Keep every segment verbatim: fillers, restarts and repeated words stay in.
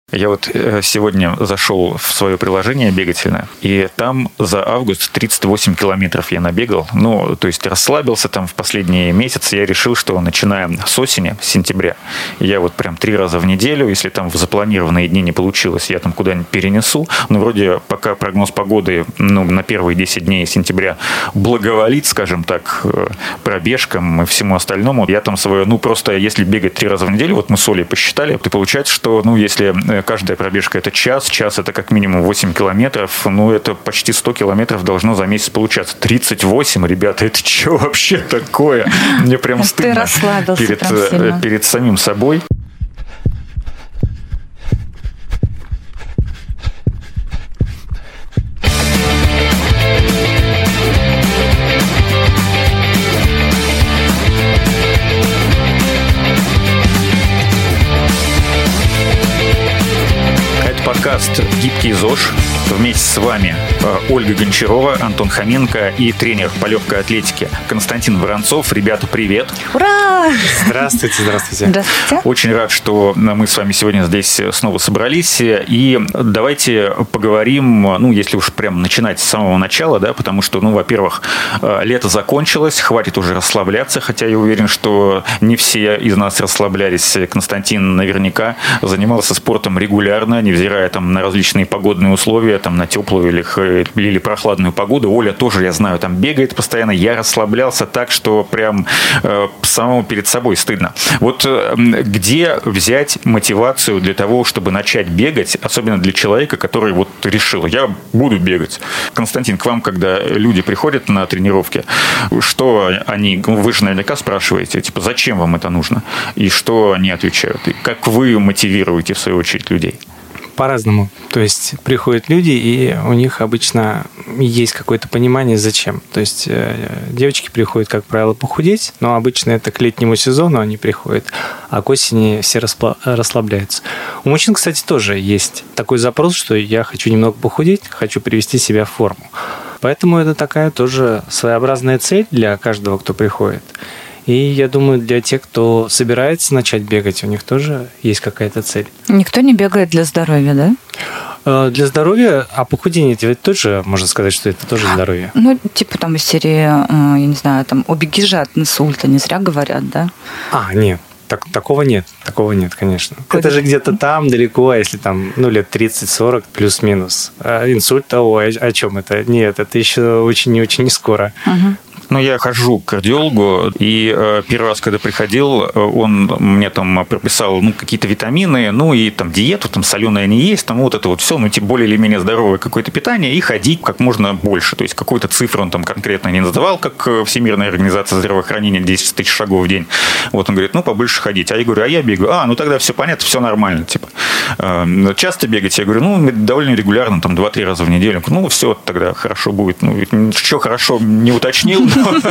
Я вот сегодня зашел в свое приложение бегательное, и там за август тридцать восемь километров я набегал. Ну, то есть расслабился там в последние месяцы. Я решил, что начиная с осени, с сентября, я вот прям три раза в неделю, если там в запланированные дни не получилось, я там куда-нибудь перенесу. Но вроде пока прогноз погоды, ну, на первые десять дней сентября благоволит, скажем так, пробежкам и всему остальному. Я там свое, ну, просто если бегать три раза в неделю, вот мы с Олей посчитали, то получается, что, ну, если каждая пробежка это час, час это как минимум восемь километров, ну это почти сто километров должно за месяц получаться. тридцать восемь, ребята, это что вообще такое? Мне прям стыдно перед, перед самим собой. Подкаст «Гибкий ЗОЖ». Вместе с вами Ольга Гончарова, Антон Хоменко и тренер по легкой атлетике Константин Воронцов. Ребята, привет! Ура! Здравствуйте, здравствуйте. Здравствуйте. Очень рад, что мы с вами сегодня здесь снова собрались. И давайте поговорим, ну, если уж прям начинать с самого начала, да, потому что, ну, во-первых, лето закончилось, хватит уже расслабляться, хотя я уверен, что не все из нас расслаблялись. Константин наверняка занимался спортом регулярно, невзирая там на различные погодные условия, там на теплую или, или прохладную погоду. Оля тоже, я знаю, там бегает постоянно. Я расслаблялся так, что прям э, самому перед собой стыдно. Вот э, где взять мотивацию для того, чтобы начать бегать, особенно для человека, который вот решил, я буду бегать. Константин, к вам, когда люди приходят на тренировки, что они, вы же наверняка спрашиваете, типа, зачем вам это нужно? И что они отвечают? И как вы мотивируете, в свою очередь, людей? По-разному. То есть приходят люди, и у них обычно есть какое-то понимание, зачем. То есть э, девочки приходят, как правило, похудеть, но обычно это к летнему сезону они приходят, а к осени все распла- расслабляются. У мужчин, кстати, тоже есть такой запрос, что я хочу немного похудеть, хочу привести себя в форму. Поэтому это такая тоже своеобразная цель для каждого, кто приходит. И я думаю, для тех, кто собирается начать бегать, у них тоже есть какая-то цель. Никто не бегает для здоровья, да? Для здоровья, а похудение ведь тоже, можно сказать, что это тоже здоровье. Ну, типа там из серии, я не знаю, там «Убеги же от инсульта», не зря говорят, да? А, нет. Так, такого нет, такого нет, конечно. Какой-то... Это же где-то там, далеко, если там, ну, лет тридцать-сорок, плюс-минус. А инсульт, о, о чем это? Нет, это еще очень и очень не скоро. Угу. Ну, я хожу к кардиологу, и э, первый раз, когда приходил, он мне там прописал, ну, какие-то витамины, ну, и там диету, там соленое не есть, там вот это вот все, ну, типа более или менее здоровое какое-то питание, и ходить как можно больше. То есть какую-то цифру он там конкретно не называл, как Всемирная организация здравоохранения, десять тысяч шагов в день. Вот он говорит, ну, побольше ходить. А я говорю, а я бегаю. А, ну, тогда все понятно, все нормально, типа. Э, часто бегать? Я говорю, ну, довольно регулярно, там, два-три раза в неделю. Ну, все, тогда хорошо будет. Ну, что хорошо, не уточнил.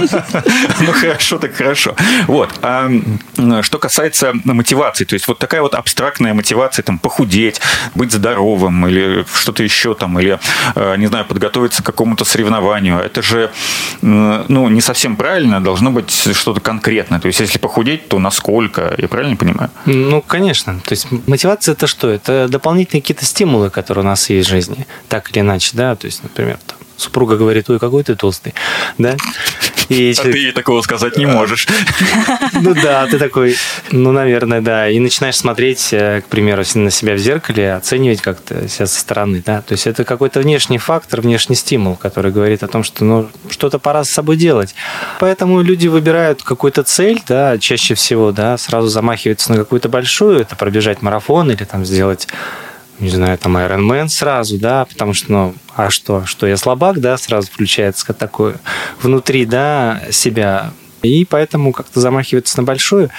Ну, хорошо, так хорошо. Вот. А что касается мотивации, то есть вот такая вот абстрактная мотивация, там, похудеть, быть здоровым или что-то еще там, или, не знаю, подготовиться к какому-то соревнованию, это же, ну, не совсем правильно, должно быть что-то конкретное. То есть если похудеть, то насколько? Я правильно понимаю? Ну, конечно. То есть мотивация – это что? Это дополнительные какие-то стимулы, которые у нас есть в жизни, так или иначе, да, то есть, например, там, супруга говорит, ой, какой ты толстый, да? И а человек... ты ей такого сказать не можешь. Ну да, ты такой, ну, наверное, да. И начинаешь смотреть, к примеру, на себя в зеркале, оценивать как-то себя со стороны, да. То есть это какой-то внешний фактор, внешний стимул, который говорит о том, что, ну, что-то пора с собой делать. Поэтому люди выбирают какую-то цель, да, чаще всего, да, сразу замахиваются на какую-то большую, это пробежать марафон или там сделать... не знаю, там, Iron Man сразу, да, потому что, ну, а что, что я слабак, да, сразу включается такое внутри, да, себя, и поэтому как-то замахиваться на большую.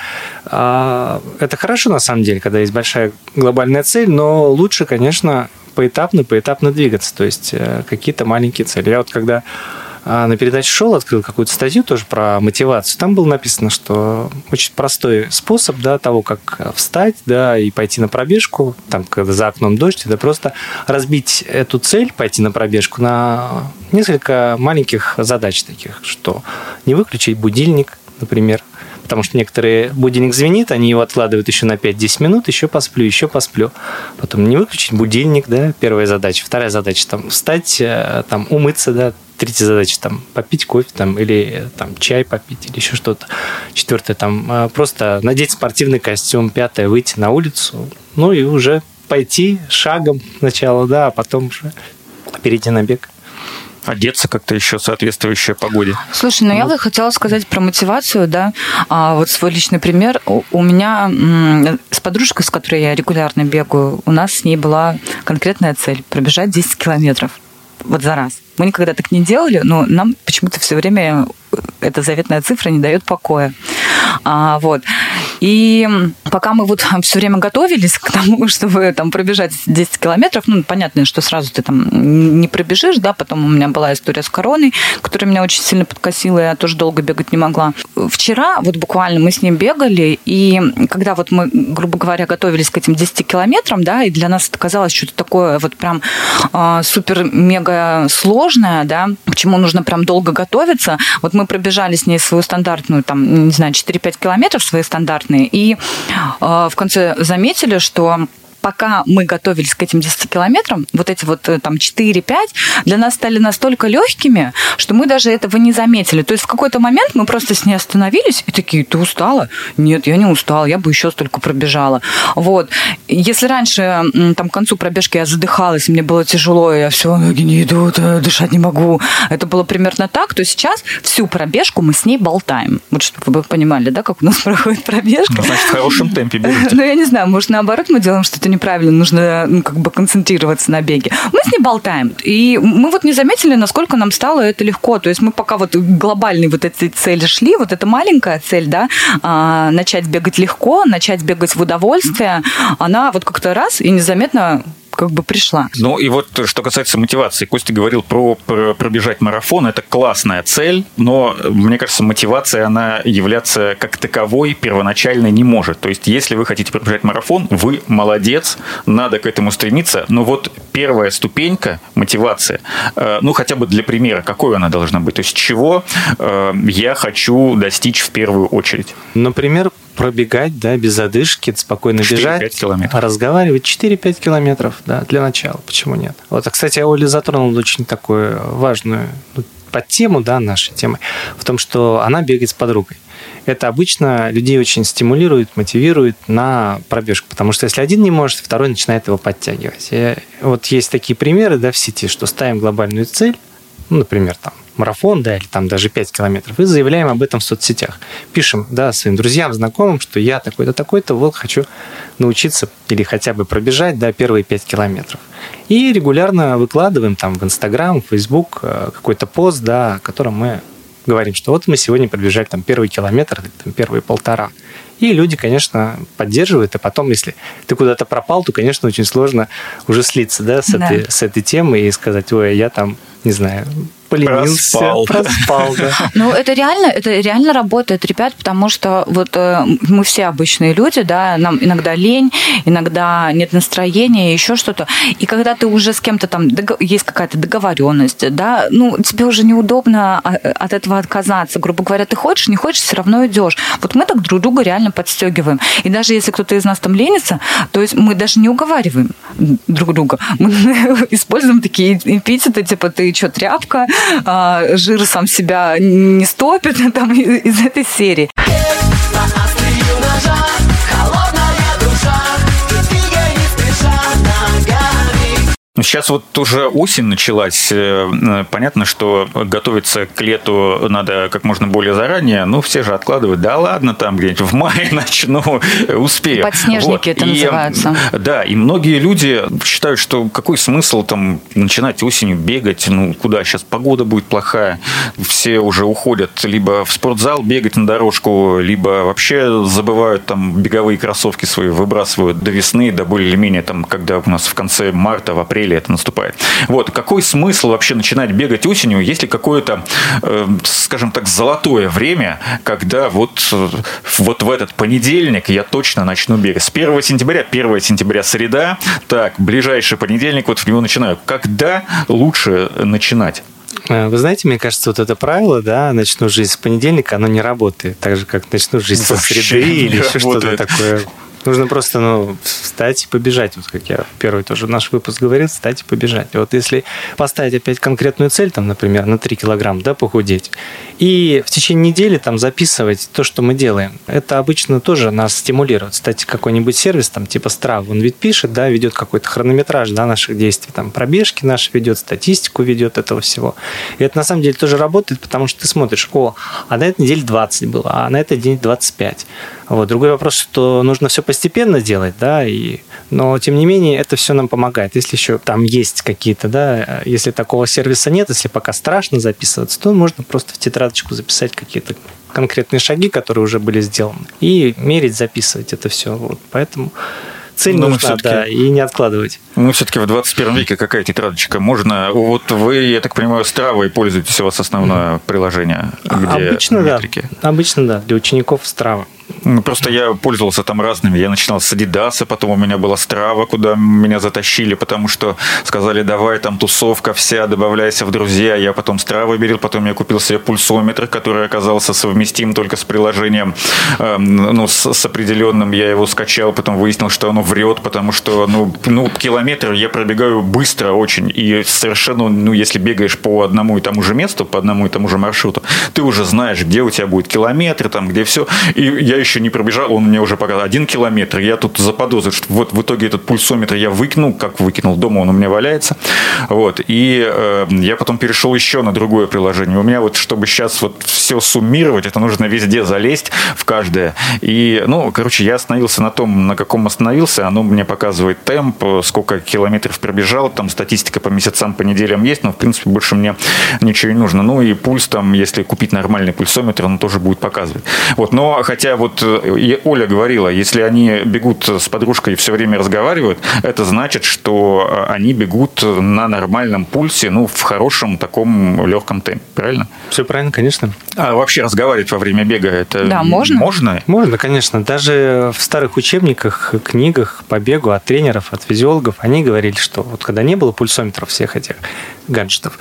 А это хорошо, на самом деле, когда есть большая глобальная цель, но лучше, конечно, поэтапно, поэтапно двигаться, то есть какие-то маленькие цели. Я вот когда на передаче шел, открыл какую-то статью тоже про мотивацию. Там было написано, что очень простой способ, да, того, как встать, да, и пойти на пробежку, там, когда за окном дождь, это просто разбить эту цель, пойти на пробежку, на несколько маленьких задач таких, что не выключить будильник, например, потому что некоторые будильник звенит, они его откладывают еще на пять-десять минут, еще посплю, еще посплю. Потом не выключить будильник, да, первая задача. Вторая задача, там, встать, там, умыться, да. Третья задача, там, попить кофе, там, или там, чай попить, или еще что-то. Четвертая, там, просто надеть спортивный костюм. Пятая, выйти на улицу, ну, и уже пойти шагом сначала, да, а потом уже перейти на бег. Одеться как-то еще соответствующее погоде. Слушай, ну, ну я бы хотела сказать про мотивацию, да. А, вот свой личный пример. У, у меня м- с подружкой, с которой я регулярно бегаю, у нас с ней была конкретная цель – пробежать десять километров. Вот за раз. Мы никогда так не делали, но нам почему-то все время эта заветная цифра не дает покоя. А, вот. И пока мы вот все время готовились к тому, чтобы там пробежать десять километров, ну, понятно, что сразу ты там не пробежишь, да, потом у меня была история с короной, которая меня очень сильно подкосила, я тоже долго бегать не могла. Вчера вот буквально мы с ним бегали, и когда вот мы, грубо говоря, готовились к этим десяти километрам, да, и для нас это казалось что-то такое вот прям э, супер-мега сложное, да, к чему нужно прям долго готовиться. Вот мы пробежали с ней свою стандартную, там, не знаю, четыре-пять километров, свои стандартные, и э, в конце заметили, что пока мы готовились к этим десяти километрам, вот эти вот там четыре-пять для нас стали настолько легкими, что мы даже этого не заметили. То есть в какой-то момент мы просто с ней остановились и такие: ты устала? Нет, я не устала, я бы еще столько пробежала. Вот. Если раньше там к концу пробежки я задыхалась, мне было тяжело, я все, ноги не идут, дышать не могу. Это было примерно так, то сейчас всю пробежку мы с ней болтаем. Вот чтобы вы понимали, да, как у нас проходит пробежка. Ну, значит, в хорошем темпе бежите. Ну, я не знаю, может, наоборот мы делаем что-то неправильно, нужно, ну, как бы концентрироваться на беге. Мы с ней болтаем, и мы вот не заметили, насколько нам стало это легко. То есть мы пока вот глобальные вот эти цели шли, вот эта маленькая цель, да, а, начать бегать легко, начать бегать в удовольствие, она вот как-то раз и незаметно как бы пришла. Ну и вот что касается мотивации, Костя говорил про, про пробежать марафон, это классная цель, но мне кажется, мотивация, она являться как таковой первоначальной не может. То есть если вы хотите пробежать марафон, вы молодец, надо к этому стремиться, но вот первая ступенька мотивации, ну хотя бы для примера, какой она должна быть, то есть чего я хочу достичь в первую очередь? Например, пробегать, да, без одышки, спокойно бежать, разговаривать четыре-пять километров, да, для начала. Почему нет? Вот, а, кстати, Оля затронула очень такую важную подтему, да, нашей темы, в том, что она бегает с подругой. Это обычно людей очень стимулирует, мотивирует на пробежку, потому что если один не может, второй начинает его подтягивать. И вот есть такие примеры, да, в сети, что ставим глобальную цель, ну, например, там, марафон, да, или там даже пять километров, и заявляем об этом в соцсетях. Пишем, да, своим друзьям, знакомым, что я такой-то, такой-то, вот хочу научиться или хотя бы пробежать, да, первые пять километров. И регулярно выкладываем там в Инстаграм, в Фейсбук какой-то пост, да, о котором мы говорим, что вот мы сегодня пробежали там первый километр, там, первые полтора. И люди, конечно, поддерживают, а потом, если ты куда-то пропал, то, конечно, очень сложно уже слиться, да, с, да. Этой, с этой темой и сказать: ой, я там, не знаю, поленился, проспал, проспал да. Ну, это реально, это реально работает, ребят, потому что вот э, мы все обычные люди, да, нам иногда лень, иногда нет настроения, еще что-то. И когда ты уже с кем-то там, есть какая-то договоренность, да, ну, тебе уже неудобно от этого отказаться. Грубо говоря, ты хочешь, не хочешь, все равно идешь. Вот мы так друг друга реально подстегиваем. И даже если кто-то из нас там ленится, то есть мы даже не уговариваем друг друга. Мы используем такие эпитеты, типа: ты что, тряпка, жир сам себя не стопит, там, из этой серии. Сейчас вот уже осень началась. Понятно, что готовиться к лету надо как можно более заранее. Ну, все же откладывают. Да ладно, там где-нибудь в мае начну, успею. Подснежники вот. Это и, называются. Да, и многие люди считают, что какой смысл там начинать осенью бегать? Ну, куда? Сейчас погода будет плохая. Все уже уходят либо в спортзал бегать на дорожку, либо вообще забывают там беговые кроссовки свои, выбрасывают до весны, до более-менее там, когда у нас в конце марта, в апреле это наступает. Вот. Какой смысл вообще начинать бегать осенью, если какое-то, э, скажем так, золотое время, когда вот, вот в этот понедельник я точно начну бегать. С первого сентября, первого сентября среда, так, ближайший понедельник, вот в него начинаю. Когда лучше начинать? Вы знаете, мне кажется, вот это правило, да, начну жизнь с понедельника, оно не работает. Так же, как начну жизнь со среды или еще что-то такое. Нужно просто, ну, встать и побежать. Вот как я первый тоже наш выпуск говорил, встать и побежать. И вот если поставить опять конкретную цель, там, например, на три килограмма, да, похудеть, и в течение недели там записывать то, что мы делаем, это обычно тоже нас стимулирует. Кстати, какой-нибудь сервис, там, типа Strava, он ведь пишет, да, ведет какой-то хронометраж, да, наших действий, там, пробежки наши ведет, статистику ведет этого всего. И это на самом деле тоже работает, потому что ты смотришь, о, а на этой неделе двадцать было, а на этой день двадцать пять. Вот. Другой вопрос, что нужно все постепенно делать, да, и... но тем не менее это все нам помогает. Если еще там есть какие-то, да, если такого сервиса нет, если пока страшно записываться, то можно просто в тетрадочку записать какие-то конкретные шаги, которые уже были сделаны, и мерить, записывать это все. Вот. Поэтому цель Но нужна, да, и не откладывать. Мы все-таки в двадцать первом веке какая тетрадочка? Можно... Вот вы, я так понимаю, Стравой пользуетесь, у вас основное mm-hmm. приложение, где обычно, метрики. Да. Обычно, да, для учеников Strava. Просто я пользовался там разными. Я начинал с Адидаса, потом у меня была Страва, куда меня затащили, потому что сказали, давай, там тусовка вся, добавляйся в друзья. Я потом Страву берил, потом я купил себе пульсометр, который оказался совместим только с приложением, э, ну, с, с определенным. Я его скачал, потом выяснил, что оно врет, потому что, ну, ну, километр я пробегаю быстро очень. И совершенно, ну, если бегаешь по одному и тому же месту, по одному и тому же маршруту, ты уже знаешь, где у тебя будет километр, там, где все. И я еще не пробежал, он мне уже показал один километр. Я тут заподозрил, что вот в итоге этот пульсометр я выкинул, как выкинул, дома он у меня валяется. Вот. И э, я потом перешел еще на другое приложение. У меня вот, чтобы сейчас вот все суммировать, это нужно везде залезть, в каждое. И, ну, короче, я остановился на том, на каком остановился. Оно мне показывает темп, сколько километров пробежал, там статистика по месяцам, по неделям есть, но, в принципе, больше мне ничего не нужно. Ну, и пульс там, если купить нормальный пульсометр, он тоже будет показывать. Вот. Но, хотя вот Оля говорила, если они бегут с подружкой и все время разговаривают, это значит, что они бегут на нормальном пульсе, ну, в хорошем таком легком темпе. Правильно? Все правильно, конечно. А вообще разговаривать во время бега, это да, можно? Можно? Можно, конечно. Даже в старых учебниках, книгах по бегу от тренеров, от физиологов, они говорили, что вот когда не было пульсометров всех этих гаджетов,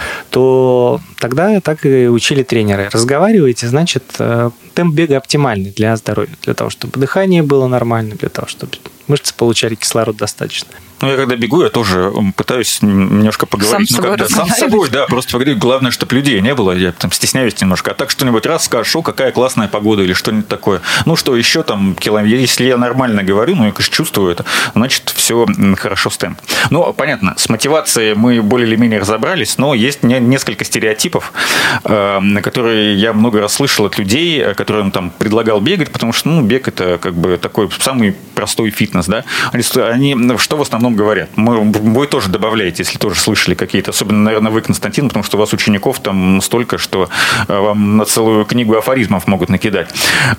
то тогда так и учили тренеры. Разговариваете, значит, темп бега оптимальный для здоровья, для того, чтобы дыхание было нормально, для того, чтобы мышцы получали кислород достаточно. Ну, я когда бегу, я тоже пытаюсь немножко поговорить. Сам, ну, когда, сам с собой, да, просто поговорить. Главное, чтобы людей не было. Я там стесняюсь немножко. А так что-нибудь раз скажешь, о, какая классная погода или что-нибудь такое. Ну, что еще там, километр. Если я нормально говорю, ну, я, конечно, чувствую это, значит, все хорошо с темпом. Ну, понятно, с мотивацией мы более или менее разобрались, но есть несколько стереотипов, которые я много раз слышал от людей, которым там предлагал бегать, потому что, ну, бег – это как бы такой самый простой фитнес, да. Они, они что в основном говорят? Мы, вы тоже добавляете, если тоже слышали какие-то, особенно, наверное, вы, Константин, потому что у вас учеников там столько, что вам на целую книгу афоризмов могут накидать.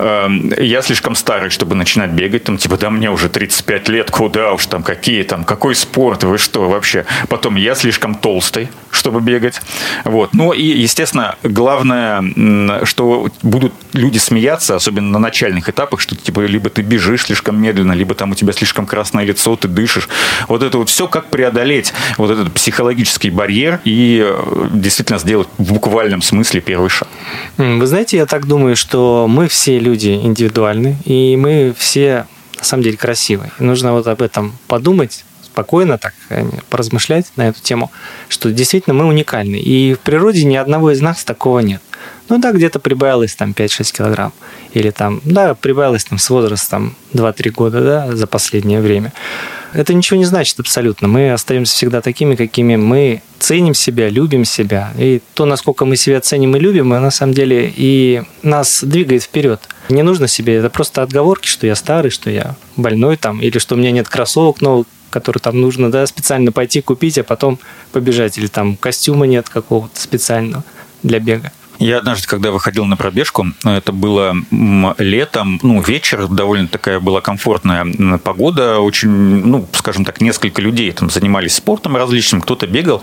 Я слишком старый, чтобы начинать бегать, там, типа, да мне уже тридцать пять лет, куда уж там, какие там, какой спорт, вы что вообще? Потом, я слишком толстый, чтобы бегать. Вот. Ну и, естественно, главное, что будут люди смеяться, особенно на начальных этапах, что типа либо ты бежишь слишком медленно, либо там у тебя слишком красное лицо, ты дышишь. Вот это вот все, как преодолеть вот этот психологический барьер и действительно сделать в буквальном смысле первый шаг. Вы знаете, я так думаю, что мы все люди индивидуальны, и мы все на самом деле красивые. Нужно вот об этом подумать, спокойно так поразмышлять на эту тему, что действительно мы уникальны. И в природе ни одного из нас такого нет. Ну да, где-то прибавилось там пять-шесть килограмм. Или там, да, прибавилось там с возрастом два-три года, да, за последнее время. Это ничего не значит абсолютно. Мы остаемся всегда такими, какими мы ценим себя, любим себя. И то, насколько мы себя ценим и любим, на самом деле и нас двигает вперед. Не нужно себе, это просто отговорки, что я старый, что я больной там, или что у меня нет кроссовок новых, которые там нужно, да, специально пойти купить, а потом побежать. Или там костюма нет какого-то специального для бега. Я однажды, когда выходил на пробежку, это было летом, ну, вечер, довольно такая была комфортная погода, очень, ну, скажем так, несколько людей там занимались спортом различным, кто-то бегал,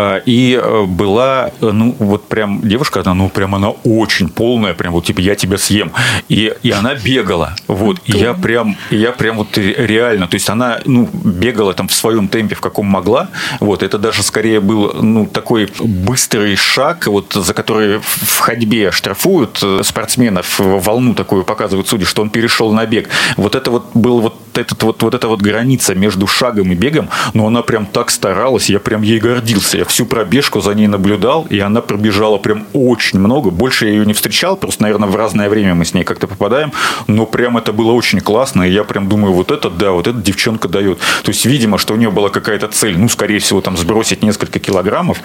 и была, ну, вот прям девушка, она, ну, прям она очень полная, прям вот, типа, я тебя съем, и, и она бегала, вот, и я прям, и я прям вот реально, то есть она, ну, бегала там в своем темпе, в каком могла, вот, это даже скорее был, ну, такой быстрый шаг, вот, за который в ходьбе штрафуют спортсменов, волну такую показывают судьи, что он перешел на бег. Вот это вот был вот этот вот, вот эта вот граница между шагом и бегом, но она прям так старалась, я прям ей гордился. Я всю пробежку за ней наблюдал, и она пробежала прям очень много. Больше я ее не встречал, просто, наверное, в разное время мы с ней как-то попадаем, но прям это было очень классно, и я прям думаю, вот это, да, вот эта девчонка дает. То есть, видимо, что у нее была какая-то цель, ну, скорее всего, там, сбросить несколько килограммов,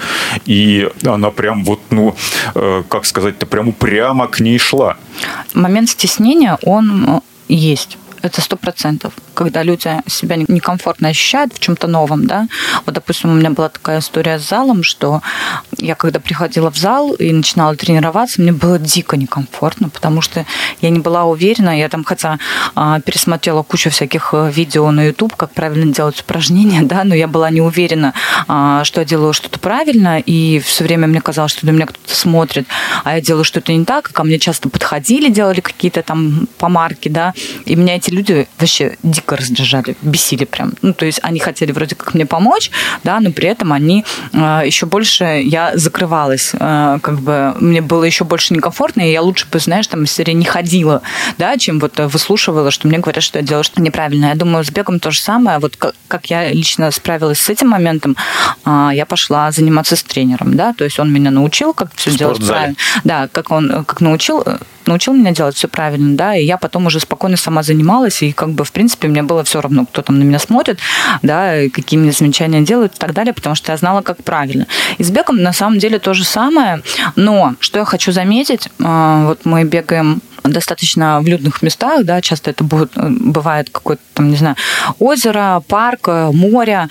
и она прям вот, ну, э, как сказать-то, прям упрямо к ней шла. Момент стеснения, он есть. Это сто процентов. Когда люди себя некомфортно ощущают в чем-то новом, да. Вот, допустим, у меня была такая история с залом, что я, когда приходила в зал и начинала тренироваться, мне было дико некомфортно, потому что я не была уверена. Я там, хотя пересмотрела кучу всяких видео на YouTube, как правильно делать упражнения, да, но я была не уверена, что я делаю что-то правильно, и все время мне казалось, что на меня кто-то смотрит, а я делаю что-то не так, и ко мне часто подходили, делали какие-то там помарки, да, и меня эти люди вообще дико раздражали, бесили прям. Ну, то есть они хотели вроде как мне помочь, да, но при этом они э, еще больше, я закрывалась, э, как бы мне было еще больше некомфортно, и я лучше бы, знаешь, там, серии не ходила, да, чем вот выслушивала, что мне говорят, что я делаю что-то неправильно. Я думаю, с бегом то же самое. Вот как, как я лично справилась с этим моментом, э, я пошла заниматься с тренером, да, то есть он меня научил, как все делать правильно. Да, как он как научил, научил меня делать все правильно, да, и я потом уже спокойно сама занималась, и как бы, в принципе, мне было все равно, кто там на меня смотрит, да, какие мне замечания делают и так далее, потому что я знала, как правильно. И с бегом на самом деле то же самое, но что я хочу заметить, вот мы бегаем достаточно в людных местах, да, часто это будет, бывает какое-то там, не знаю, озеро, парк, море.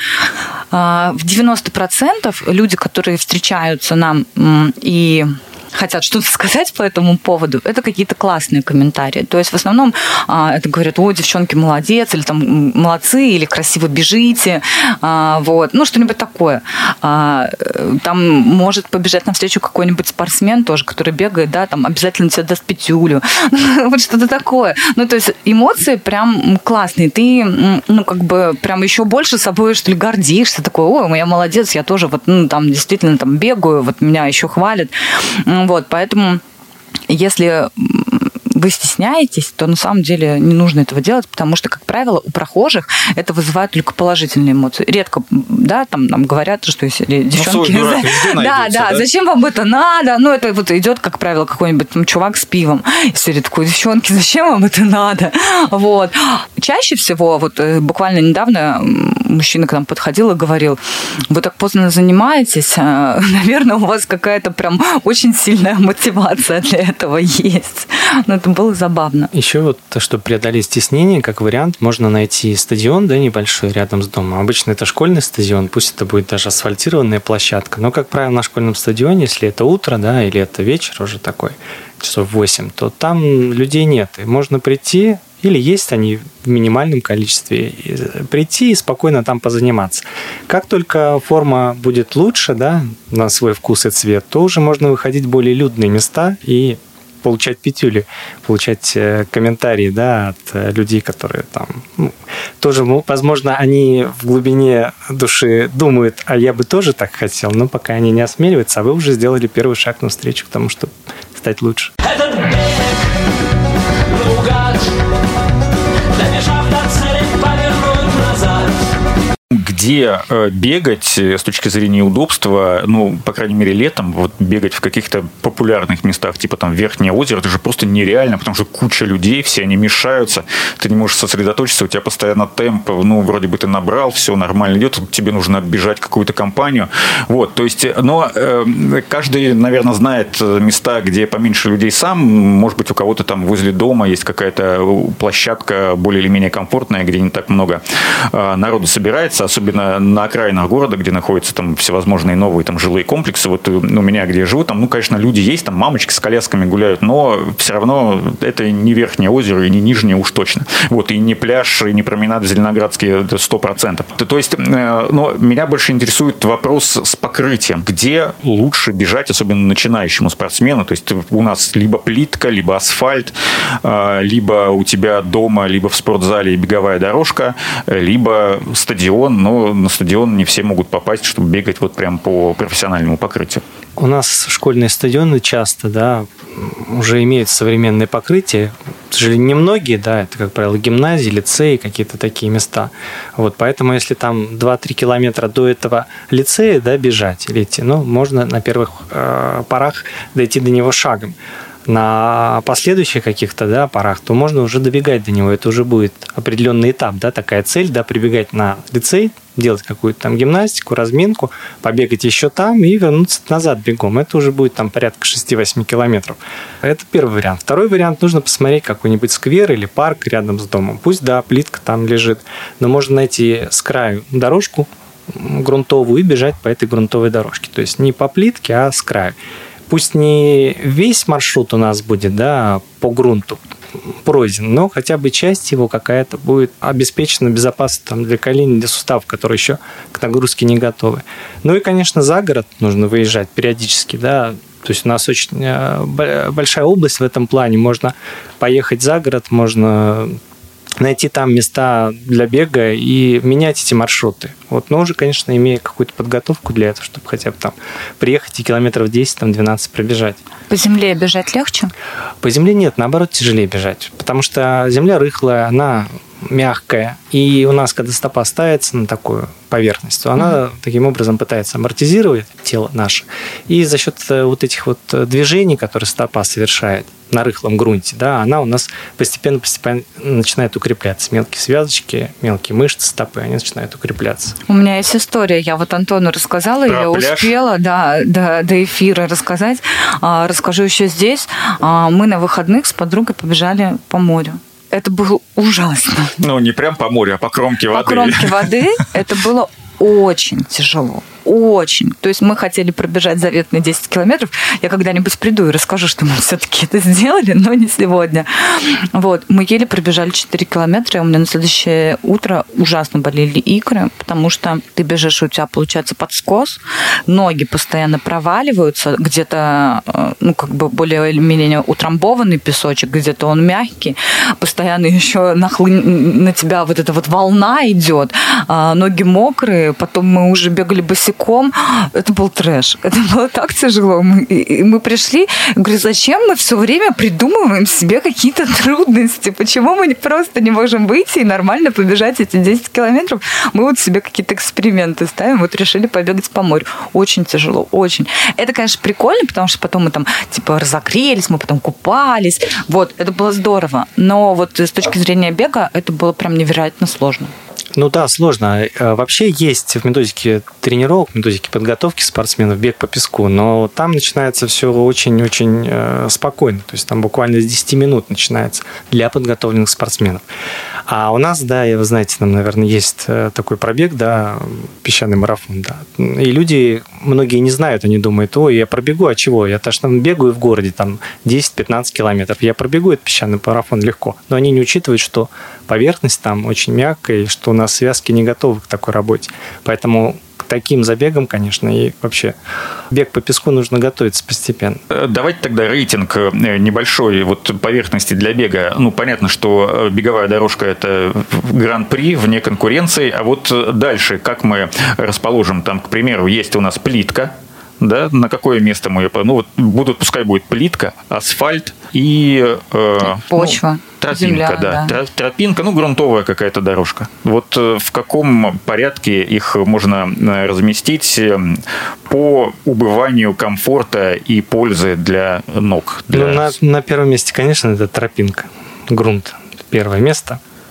В девяносто процентов люди, которые встречаются нам и хотят что-то сказать по этому поводу, это какие-то классные комментарии. То есть в основном а, это говорят, о, девчонки, молодец, или там молодцы, или красиво бежите, а, вот, ну, что-нибудь такое. А, там может побежать навстречу какой-нибудь спортсмен тоже, который бегает, да, там обязательно тебе даст пятюлю, вот что-то такое. Ну, то есть эмоции прям классные. Ты, ну, как бы прям еще больше собой, что ли, гордишься, такой, ой, я молодец, я тоже вот, ну, там действительно там бегаю, вот меня еще хвалят. Вот, поэтому, если вы стесняетесь, то на самом деле не нужно этого делать, потому что, как правило, у прохожих это вызывает только положительные эмоции. Редко, да, там нам говорят, что если девчонки... Ну, дурак, да, найдется, да, да, зачем вам это надо? Ну, это вот идет, как правило, какой-нибудь там чувак с пивом. И все такой, девчонки, зачем вам это надо? Вот. Чаще всего, вот буквально недавно мужчина к нам подходил и говорил, вы так поздно занимаетесь, наверное, у вас какая-то прям очень сильная мотивация для этого есть. Но это было забавно. Еще вот, чтобы преодолеть стеснение, как вариант, можно найти стадион, да, небольшой рядом с домом. Обычно это школьный стадион, пусть это будет даже асфальтированная площадка, но, как правило, на школьном стадионе, если это утро, да, или это вечер уже такой, часов восемь, то там людей нет. И можно прийти, или есть они в минимальном количестве, прийти и спокойно там позаниматься. Как только форма будет лучше, да, на свой вкус и цвет, то уже можно выходить в более людные места и получать пятюли, получать комментарии, да, от людей, которые там, ну, тоже, возможно, они в глубине души думают, а я бы тоже так хотел, но пока они не осмеливаются, а вы уже сделали первый шаг навстречу к тому, чтобы стать лучше. Этот бег наугад, добежав до цели, повернуть назад. Где э, бегать с точки зрения удобства, ну, по крайней мере, летом, вот бегать в каких-то популярных местах, типа там Верхнее озеро, это же просто нереально, потому что куча людей, все они мешаются, ты не можешь сосредоточиться, у тебя постоянно темп, ну, вроде бы ты набрал, все нормально идет, тебе нужно оббежать какую-то компанию, вот, то есть, но э, каждый, наверное, знает места, где поменьше людей сам, может быть, у кого-то там возле дома есть какая-то площадка более или менее комфортная, где не так много э, народу собирается, особенно особенно на окраинах города, где находятся там всевозможные новые там жилые комплексы. Вот у меня, где я живу, там, ну, конечно, люди есть, там мамочки с колясками гуляют, но все равно это не верхнее озеро и не нижнее уж точно. Вот, и не пляж, и не променад Зеленоградский сто процентов. То есть, но меня больше интересует вопрос с покрытием. Где лучше бежать, особенно начинающему спортсмену? То есть у нас либо плитка, либо асфальт, либо у тебя дома, либо в спортзале беговая дорожка, либо стадион, но на стадион не все могут попасть, чтобы бегать вот прям по профессиональному покрытию. У нас школьные стадионы часто, да, уже имеют современное покрытие. К сожалению, немногие, да, это, как правило, гимназии, лицеи, какие-то такие места. Вот, поэтому, если там два-три километра до этого лицея, да, бежать или идти, ну, можно на первых э, порах дойти до него шагом. На последующих каких-то, да, порах, то можно уже добегать до него. Это уже будет определенный этап, да, такая цель, да, прибегать на лицей, делать какую-то там гимнастику, разминку, побегать еще там и вернуться назад бегом. Это уже будет там порядка шесть-восемь километров. Это первый вариант. Второй вариант, нужно посмотреть какой-нибудь сквер или парк рядом с домом. Пусть, да, плитка там лежит, но можно найти с краю дорожку грунтовую и бежать по этой грунтовой дорожке. То есть не по плитке, а с краю. Пусть не весь маршрут у нас будет, да, по грунту пройден, но хотя бы часть его какая-то будет обеспечена безопасно там, для коленей, для суставов, которые еще к нагрузке не готовы. Ну и, конечно, за город нужно выезжать периодически, да. То есть у нас очень большая область в этом плане. Можно поехать за город, можно найти там места для бега и менять эти маршруты. Вот, но уже, конечно, имея какую-то подготовку для этого, чтобы хотя бы там приехать и километров десять-двенадцать пробежать. По земле бежать легче? По земле нет, наоборот, тяжелее бежать, потому что земля рыхлая, она мягкая, и у нас, когда стопа ставится на такую поверхность, то она mm-hmm. таким образом пытается амортизировать тело наше, и за счет вот этих вот движений, которые стопа совершает на рыхлом грунте, да, она у нас постепенно-постепенно начинает укрепляться. Мелкие связочки, мелкие мышцы стопы, они начинают укрепляться. У меня есть история, я вот Антону рассказала, Про я пляж. успела да, до, до эфира рассказать. Расскажу еще здесь. Мы на выходных с подругой побежали по морю. Это было ужасно. Ну, не прям по морю, а по кромке воды. По кромке воды это было очень тяжело. Очень. То есть мы хотели пробежать заветные десять километров. Я когда-нибудь приду и расскажу, что мы все-таки это сделали, но не сегодня. Вот. Мы еле пробежали четыре километра, и у меня на следующее утро ужасно болели икры, потому что ты бежишь, у тебя получается подскос, ноги постоянно проваливаются, где-то, ну, как бы более или менее утрамбованный песочек, где-то он мягкий, постоянно еще нахлы... на тебя вот эта вот волна идет, ноги мокрые, потом мы уже бегали босиком. Это был трэш. Это было так тяжело. Мы, и мы пришли, говорю, зачем мы все время придумываем себе какие-то трудности? Почему мы просто не можем выйти и нормально побежать эти десять километров? Мы вот себе какие-то эксперименты ставим, вот решили побегать по морю. Очень тяжело, очень. Это, конечно, прикольно, потому что потом мы там типа разогрелись, мы потом купались. Вот, это было здорово. Но вот с точки зрения бега это было прям невероятно сложно. Ну да, сложно. Вообще есть в методике тренировок, в методике подготовки спортсменов бег по песку, но там начинается все очень-очень спокойно. То есть там буквально с десяти минут начинается для подготовленных спортсменов. А у нас, да, вы знаете, там, наверное, есть такой пробег, да, песчаный марафон, да. И люди, многие не знают, они думают, ой, я пробегу, а чего? Я даже там бегаю в городе, там, десять-пятнадцать километров. Я пробегу этот песчаный марафон легко. Но они не учитывают, что поверхность там очень мягкая, и что у нас связки не готовы к такой работе. Поэтому к таким забегам, конечно, и вообще бег по песку нужно готовиться постепенно. Давайте тогда рейтинг небольшой вот поверхности для бега. Ну, понятно, что беговая дорожка – это гран-при вне конкуренции. А вот дальше, как мы расположим? Там, к примеру, есть у нас плитка. Да, на какое место мы ее... Ну, вот будут, пускай будет плитка, асфальт и... Э, почва. Ну, тропинка, земля, да. да. Тропинка, ну, грунтовая какая-то дорожка. Вот в каком порядке их можно разместить по убыванию комфорта и пользы для ног? Для... Ну, на, на первом месте, конечно, это тропинка, грунт. Первое место.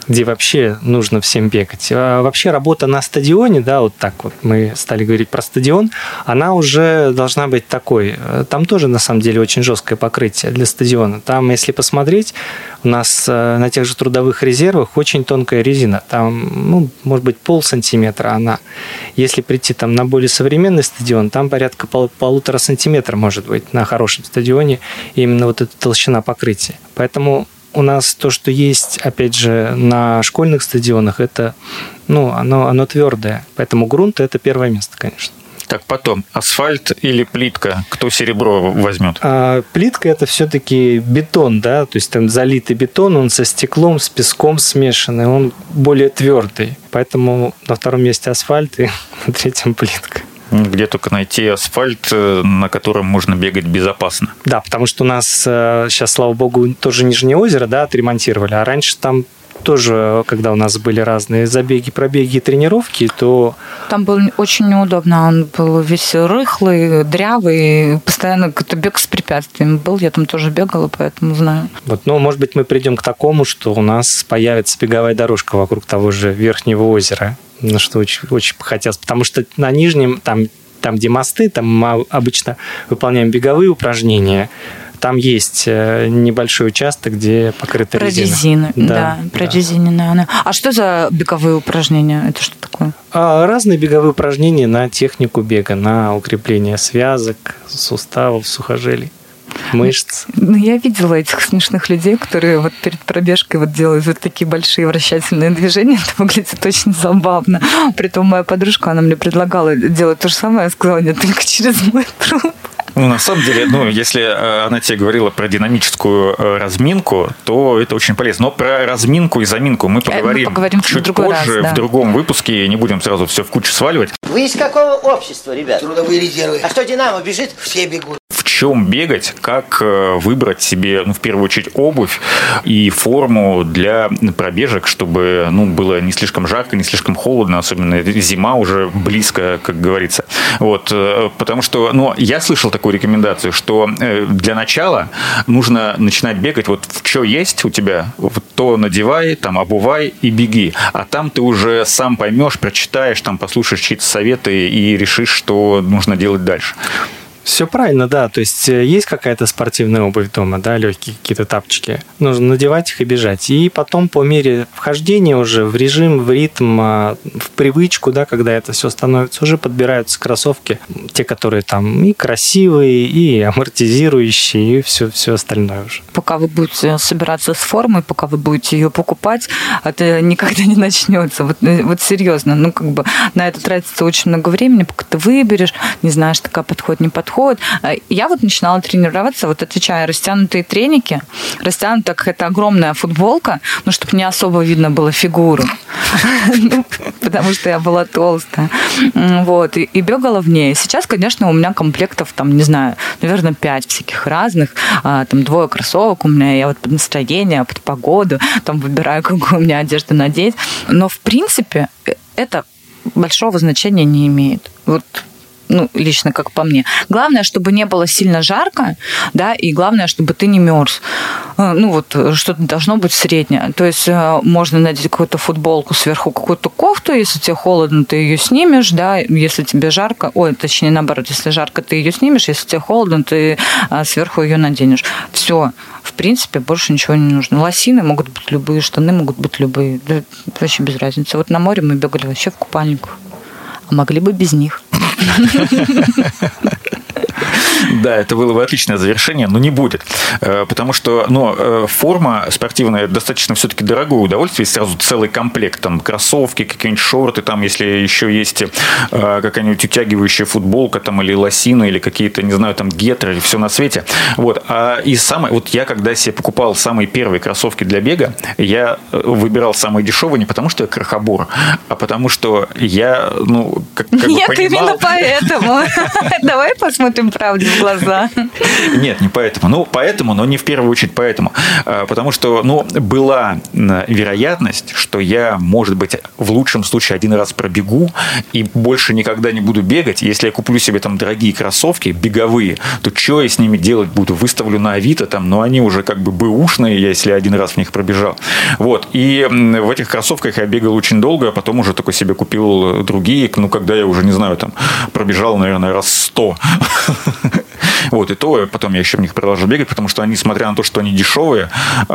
где вообще нужно всем бегать. А вообще работа на стадионе, да, вот так вот мы стали говорить про стадион, она уже должна быть такой. Там тоже, на самом деле, очень жесткое покрытие для стадиона. Там, если посмотреть, у нас на тех же трудовых резервах очень тонкая резина. Там, ну, может быть, пол сантиметра она. Если прийти там на более современный стадион, там порядка пол- полутора сантиметра может быть на хорошем стадионе именно вот эта толщина покрытия. Поэтому у нас то, что есть, опять же, на школьных стадионах, это, ну, оно, оно твердое. Поэтому грунт – это первое место, конечно. Так, потом, асфальт или плитка? Кто серебро возьмет? А, плитка – это все-таки бетон, да, то есть там залитый бетон, он со стеклом, с песком смешанный, он более твердый. Поэтому на втором месте асфальт и на третьем плитка. Где только найти асфальт, на котором можно бегать безопасно. Да, потому что у нас сейчас, слава богу, тоже Нижнее озеро, да, отремонтировали, а раньше там тоже, когда у нас были разные забеги, пробеги и тренировки, то... Там было очень неудобно. Он был весь рыхлый, дрявый, постоянно какой-то бег с препятствиями был. Я там тоже бегала, поэтому знаю. Вот, ну, может быть, мы придем к такому, что у нас появится беговая дорожка вокруг того же Верхнего озера. На что очень, очень хотелось. Потому что на Нижнем, там, там, где мосты, там мы обычно выполняем беговые упражнения. Там есть небольшой участок, где покрыта резина. Прорезина, да, да, прорезиненная она. А что за беговые упражнения? Это что такое? А, разные беговые упражнения на технику бега, на укрепление связок, суставов, сухожилий, мышц. Ну, я видела этих смешных людей, которые вот перед пробежкой вот делают вот такие большие вращательные движения. Это выглядит очень забавно. Притом моя подружка, она мне предлагала делать то же самое. Я сказала, нет, только через мой труп. Ну, на самом деле, ну, если она тебе говорила про динамическую разминку, то это очень полезно. Но про разминку и заминку мы поговорим, мы поговорим чуть позже, раз, да. в другом выпуске. Не будем сразу все в кучу сваливать. Вы из какого общества, ребят? Трудовые резервы. А что, Динамо бежит? Все бегут. В чем бегать, как выбрать себе, ну, в первую очередь, обувь и форму для пробежек, чтобы, ну, было не слишком жарко, не слишком холодно, особенно зима уже близко, как говорится. Вот, потому что, ну, я слышал такую рекомендацию, что для начала нужно начинать бегать вот в что есть у тебя, то надевай, там, обувай и беги. А там ты уже сам поймешь, прочитаешь, там, послушаешь чьи-то советы и решишь, что нужно делать дальше. Все правильно, да. То есть есть какая-то спортивная обувь дома, да, легкие какие-то тапчики. Нужно надевать их и бежать. И потом по мере вхождения уже в режим, в ритм, в привычку, да, когда это все становится, уже подбираются кроссовки, те, которые там и красивые, и амортизирующие, и все, все остальное уже. Пока вы будете собираться с формой, пока вы будете ее покупать, это никогда не начнется. Вот, вот серьезно, ну как бы на это тратится очень много времени, пока ты выберешь, не знаешь, такая подходит, не подходит. Я вот начинала тренироваться, вот отвечая, растянутые треники, растянутая какая-то огромная футболка, ну, чтобы не особо видно было фигуру, потому что я была толстая. Вот, и бегала в ней. Сейчас, конечно, у меня комплектов, там, не знаю, наверное, пять всяких разных, там, двое кроссовок у меня, я вот под настроение, под погоду, там, выбираю, какую у меня одежду надеть. Но, в принципе, это большого значения не имеет. Вот, ну, лично как по мне. Главное, чтобы не было сильно жарко, да, и главное, чтобы ты не мерз. Ну, вот, что-то должно быть среднее. То есть можно надеть какую-то футболку, сверху какую-то кофту, если тебе холодно, ты ее снимешь, да, если тебе жарко, ой, точнее, наоборот, если жарко, ты ее снимешь, если тебе холодно, ты сверху ее наденешь. Все. В принципе, больше ничего не нужно. Лосины могут быть любые, штаны могут быть любые. Да, вообще без разницы. Вот на море мы бегали вообще в купальниках. А могли бы без них. Да, это было бы отличное завершение, но не будет. Потому что, ну, форма спортивная достаточно все-таки дорогое удовольствие. Сразу целый комплект. Там кроссовки, какие-нибудь шорты, там, если еще есть какая-нибудь утягивающая футболка, там, или лосины, или какие-то, не знаю, там, гетры, все на свете. Вот. А и самое, вот я, когда себе покупал самые первые кроссовки для бега, я выбирал самые дешевые не потому, что я крохобор, а потому, что я, ну, как, как Нет, бы понимал... именно поэтому. Давай посмотрим правду в глаза. глаза. Нет, не поэтому. Ну, поэтому, но не в первую очередь поэтому. Потому что, ну, была вероятность, что я, может быть, в лучшем случае один раз пробегу и больше никогда не буду бегать. Если я куплю себе там дорогие кроссовки беговые, то что я с ними делать буду? Выставлю на Авито, там, но они уже как бы бэушные, если я один раз в них пробежал. Вот. И в этих кроссовках я бегал очень долго, а потом уже такой себе купил другие, ну, когда я уже, не знаю, там, пробежал, наверное, раз сто. Вот, и то потом я еще в них продолжил бегать, потому что они, несмотря на то, что они дешевые,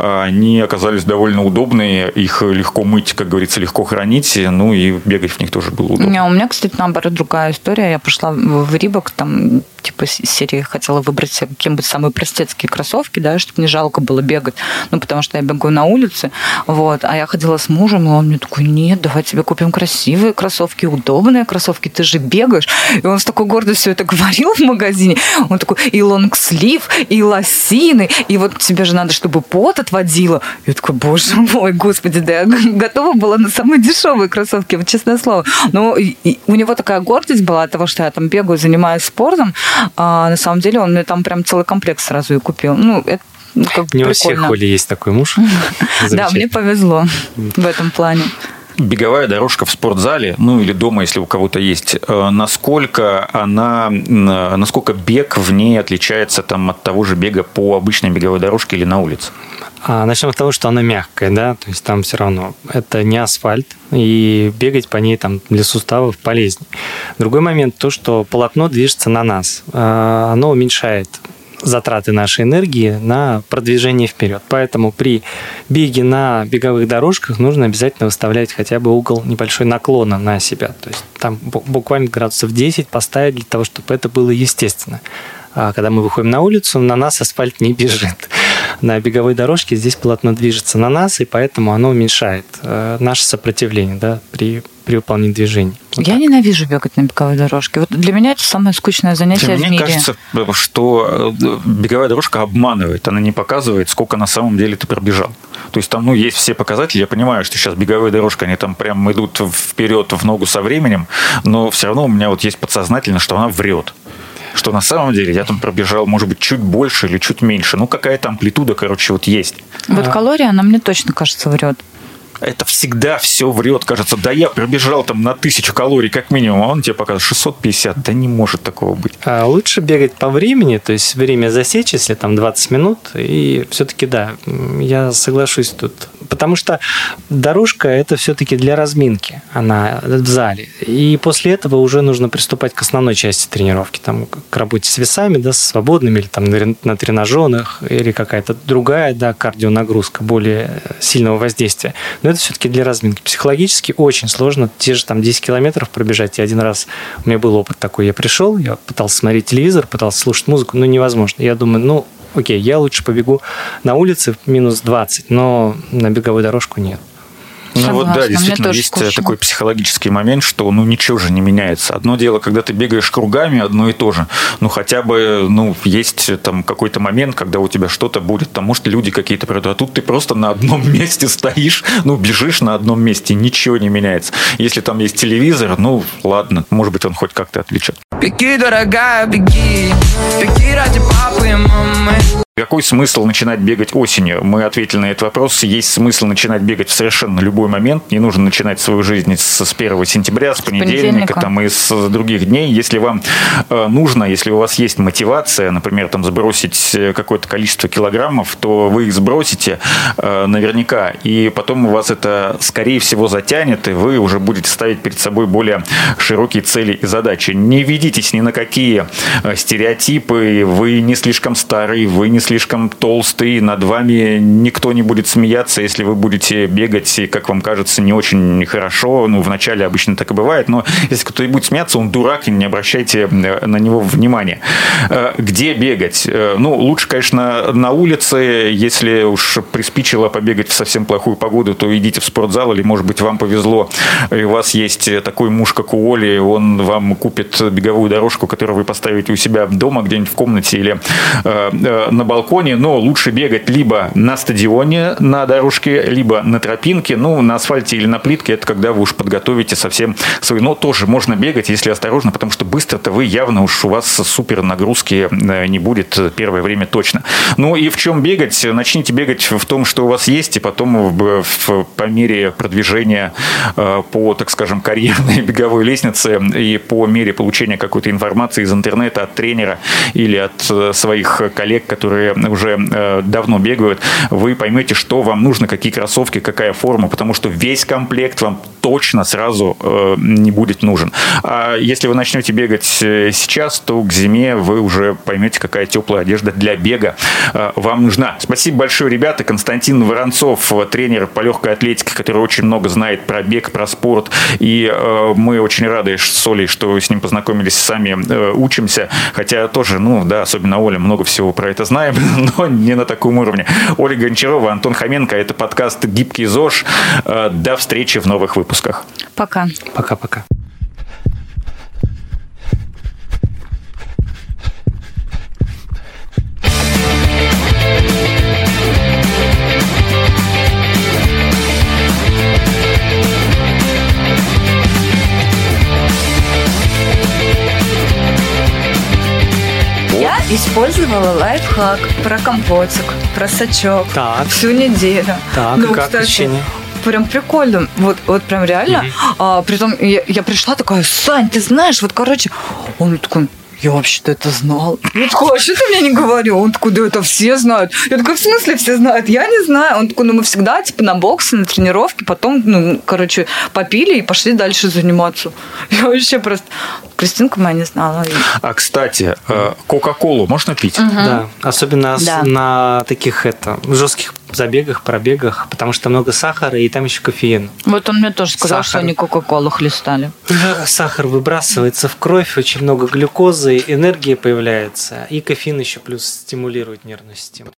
они оказались довольно удобные, их легко мыть, как говорится, легко хранить, ну и бегать в них тоже было удобно. Не, у меня, кстати, наоборот, другая история. Я пошла в Рибок, там, типа, серии хотела выбрать себе какие-нибудь самые простецкие кроссовки, да, чтобы не жалко было бегать, ну, потому что я бегу на улице, вот, а я ходила с мужем, и он мне такой: нет, давай тебе купим красивые кроссовки, удобные кроссовки, ты же бегаешь. И он с такой гордостью это говорил в магазине, он такой: и лонгслив, и лосины, и вот тебе же надо, чтобы пот отводило. Я такой: боже мой, господи, да я готова была на самые дешевые кроссовки, вот честное слово. Но у него такая гордость была от того, что я там бегаю, занимаюсь спортом, а на самом деле он мне там прям целый комплект сразу и купил. Ну, это ну, как бы не прикольно. У всех, Оли, есть такой муж. Да, мне повезло в этом плане. Беговая дорожка в спортзале, ну или дома, если у кого-то есть, насколько она, насколько бег в ней отличается там, от того же бега по обычной беговой дорожке или на улице? А, начнем с того, что она мягкая, да, то есть там все равно это не асфальт, и бегать по ней там для суставов полезнее. Другой момент то, что полотно движется на нас, оно уменьшает затраты нашей энергии на продвижение вперед. Поэтому при беге на беговых дорожках нужно обязательно выставлять хотя бы угол небольшой наклона на себя. То есть там буквально градусов десять поставить для того, чтобы это было естественно. А когда мы выходим на улицу, на нас асфальт не бежит. На беговой дорожке здесь полотно движется на нас, и поэтому оно уменьшает наше сопротивление, да, при, при выполнении движений. Вот Я так. ненавижу бегать на беговой дорожке. Вот для меня это самое скучное занятие в Мне мире. кажется, что беговая дорожка обманывает. Она не показывает, сколько на самом деле ты пробежал. То есть там, ну, есть все показатели. Я понимаю, что сейчас беговая дорожка, они там прям идут вперед в ногу со временем, но все равно у меня вот есть подсознательно, что она врет. Что на самом деле я там пробежал, может быть, чуть больше или чуть меньше. Ну, какая-то амплитуда, короче, вот есть. Вот калория, она мне точно, кажется, врет. Это всегда все врет, кажется. Да я пробежал там на тысячу калорий как минимум, а он тебе показывает шестьсот пятьдесят. Да не может такого быть. А лучше бегать по времени, то есть время засечь, если там двадцать минут. И все-таки, да, я соглашусь тут. Потому что дорожка – это все-таки для разминки, она в зале. И после этого уже нужно приступать к основной части тренировки. Там, к работе с весами, да, с свободными, или там на тренажерах, или какая-то другая, да, кардионагрузка, более сильного воздействия. Но это все-таки для разминки. Психологически очень сложно те же там десять километров пробежать. И один раз у меня был опыт такой. Я пришел, я пытался смотреть телевизор, пытался слушать музыку, но невозможно. Я думаю, ну, окей, я лучше побегу на улице минус двадцать, но на беговую дорожку нет. Ну Согласна, вот да, действительно, есть скучно. такой психологический момент, что ну ничего же не меняется. Одно дело, когда ты бегаешь кругами, одно и то же. Ну хотя бы, ну, есть там какой-то момент, когда у тебя что-то будет. Там, может, люди какие-то придут, а тут ты просто на одном месте стоишь, ну, бежишь на одном месте, ничего не меняется. Если там есть телевизор, ну, ладно, может быть, он хоть как-то отвлечет. Беги, дорогая, беги, беги ради папы и мамы. Какой смысл начинать бегать осенью? Мы ответили на этот вопрос. Есть смысл начинать бегать в совершенно любой момент. Не нужно начинать свою жизнь с, с первого сентября, с понедельника, понедельника. Там, и с других дней. Если вам э, нужно, если у вас есть мотивация, например, там, сбросить какое-то количество килограммов, то вы их сбросите э, наверняка. И потом у вас это, скорее всего, затянет, и вы уже будете ставить перед собой более широкие цели и задачи. Не ведитесь ни на какие э, стереотипы. Вы не слишком старый, вы не слишком толстый, над вами никто не будет смеяться, если вы будете бегать, как вам кажется, не очень хорошо. Ну, вначале обычно так и бывает, но если кто-то будет смеяться, он дурак, и не обращайте на него внимания. Где бегать? Ну, лучше, конечно, на улице. Если уж приспичило побегать в совсем плохую погоду, то идите в спортзал, или, может быть, вам повезло, и у вас есть такой муж, как у Оли, он вам купит беговую дорожку, которую вы поставите у себя дома дома, где-нибудь в комнате или э, э, на балконе, но лучше бегать либо на стадионе, на дорожке, либо на тропинке, ну, на асфальте или на плитке, это когда вы уж подготовите совсем свои, но тоже можно бегать, если осторожно, потому что быстро-то вы явно уж у вас супер нагрузки не будет первое время точно. Ну и в чем бегать? Начните бегать в том, что у вас есть, и потом в, в, по мере продвижения э, по, так скажем, карьерной беговой лестнице и по мере получения какой-то информации из интернета от тренера или от э, своих коллег, которые уже э, давно бегают, вы поймете, что вам нужно, какие кроссовки, какая форма, потому что весь комплект вам точно сразу э, не будет нужен. А если вы начнете бегать сейчас, то к зиме вы уже поймете, какая теплая одежда для бега э, вам нужна. Спасибо большое, ребята. Константин Воронцов, тренер по легкой атлетике, который очень много знает про бег, про спорт. И э, мы очень рады с Олей, что с ним познакомились, сами э, учимся. Хотя тоже, ну да, особенно Оля, много всего про это знаем, но не на таком уровне. Оля Гончарова, Антон Хоменко. Это подкаст «Гибкий ЗОЖ». Э, до встречи в новых выпусках. Пока. Пока-пока. Я использовала лайфхак про компотик, про сачок Так. всю неделю. Так, Ну, как кстати, ощущение? прям прикольно. Вот, вот прям реально. А, притом я, я пришла такая: Сань, ты знаешь, вот, короче, он такой: я вообще-то это знал. Я такой: а что ты мне не говорил? Он такой: да это все знают. Я такая: в смысле все знают? Я не знаю. Он такой: ну мы всегда типа на боксе, на тренировке, потом, ну, короче, попили и пошли дальше заниматься. Я вообще просто... Кристинка моя не знала. А, кстати, э, Кока-Колу можно пить? Да, особенно с- Да. на таких это, жестких забегах, пробегах, потому что много сахара и там еще кофеин. Вот он мне тоже сказал, Сахар. что они Кока-Колу хлестали. Сахар выбрасывается в кровь, очень много глюкозы, энергия появляется, и кофеин еще плюс стимулирует нервную систему.